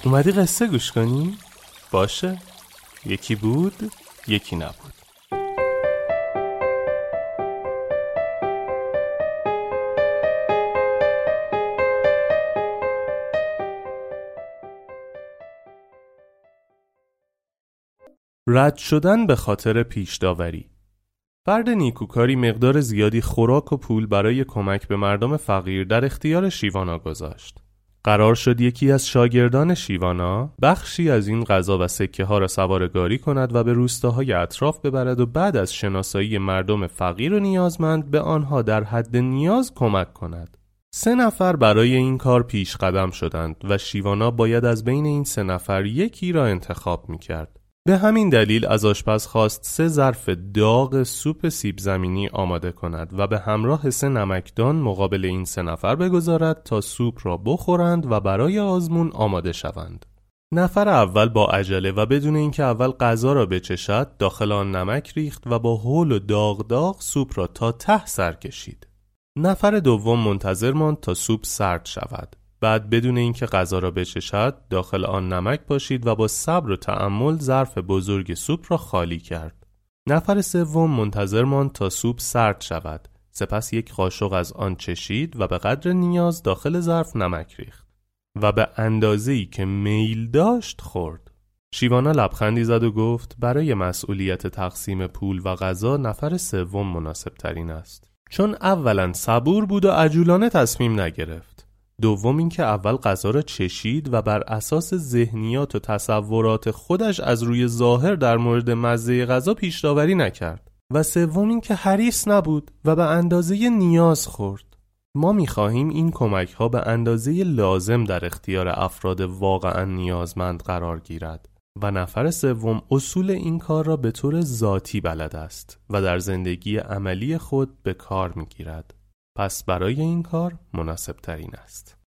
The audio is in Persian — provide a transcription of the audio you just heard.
اومدی قصه گوش کنی؟ باشه، یکی بود یکی نبود. رد شدن به خاطر پیش داوری. فرد نیکوکاری مقدار زیادی خوراک و پول برای کمک به مردم فقیر در اختیار شیوانا گذاشت. قرار شد یکی از شاگردان شیوانا بخشی از این غذا و سکه ها را سواره‌گاری کند و به روستاهای اطراف ببرد و بعد از شناسایی مردم فقیر و نیازمند به آنها در حد نیاز کمک کند. 3 نفر برای این کار پیش قدم شدند و شیوانا باید از بین این 3 نفر یکی را انتخاب می‌کرد. به همین دلیل از آشپز خواست 3 ظرف داغ سوپ سیب زمینی آماده کند و به همراه 3 نمکدان مقابل این 3 نفر بگذارد تا سوپ را بخورند و برای آزمون آماده شوند. نفر اول با عجله و بدون اینکه اول غذا را بچشد داخل آن نمک ریخت و با هول و داغ سوپ را تا ته سر کشید. نفر دوم منتظر ماند تا سوپ سرد شود. بعد بدون اینکه غذا را بچشد داخل آن نمک پاشید و با صبر و تأمل ظرف بزرگ سوپ را خالی کرد. نفر سوم منتظر ماند تا سوپ سرد شود. سپس یک قاشق از آن چشید و به قدر نیاز داخل ظرف نمک ریخت و به اندازه‌ای که میل داشت خورد. شیوانا لبخندی زد و گفت برای مسئولیت تقسیم پول و غذا نفر سوم مناسب ترین است. چون اولا صبور بود و عجولانه تصمیم نگرفت. دوم این که اول غذا را چشید و بر اساس ذهنیات و تصورات خودش از روی ظاهر در مورد مزه غذا پیش داوری نکرد. و سوم این که حریص نبود و به اندازه نیاز خورد. ما می‌خواهیم این کمک‌ها به اندازه لازم در اختیار افراد واقعاً نیازمند قرار گیرد و نفر سوم اصول این کار را به طور ذاتی بلد است و در زندگی عملی خود به کار می‌گیرد. پس برای این کار مناسب ترین است.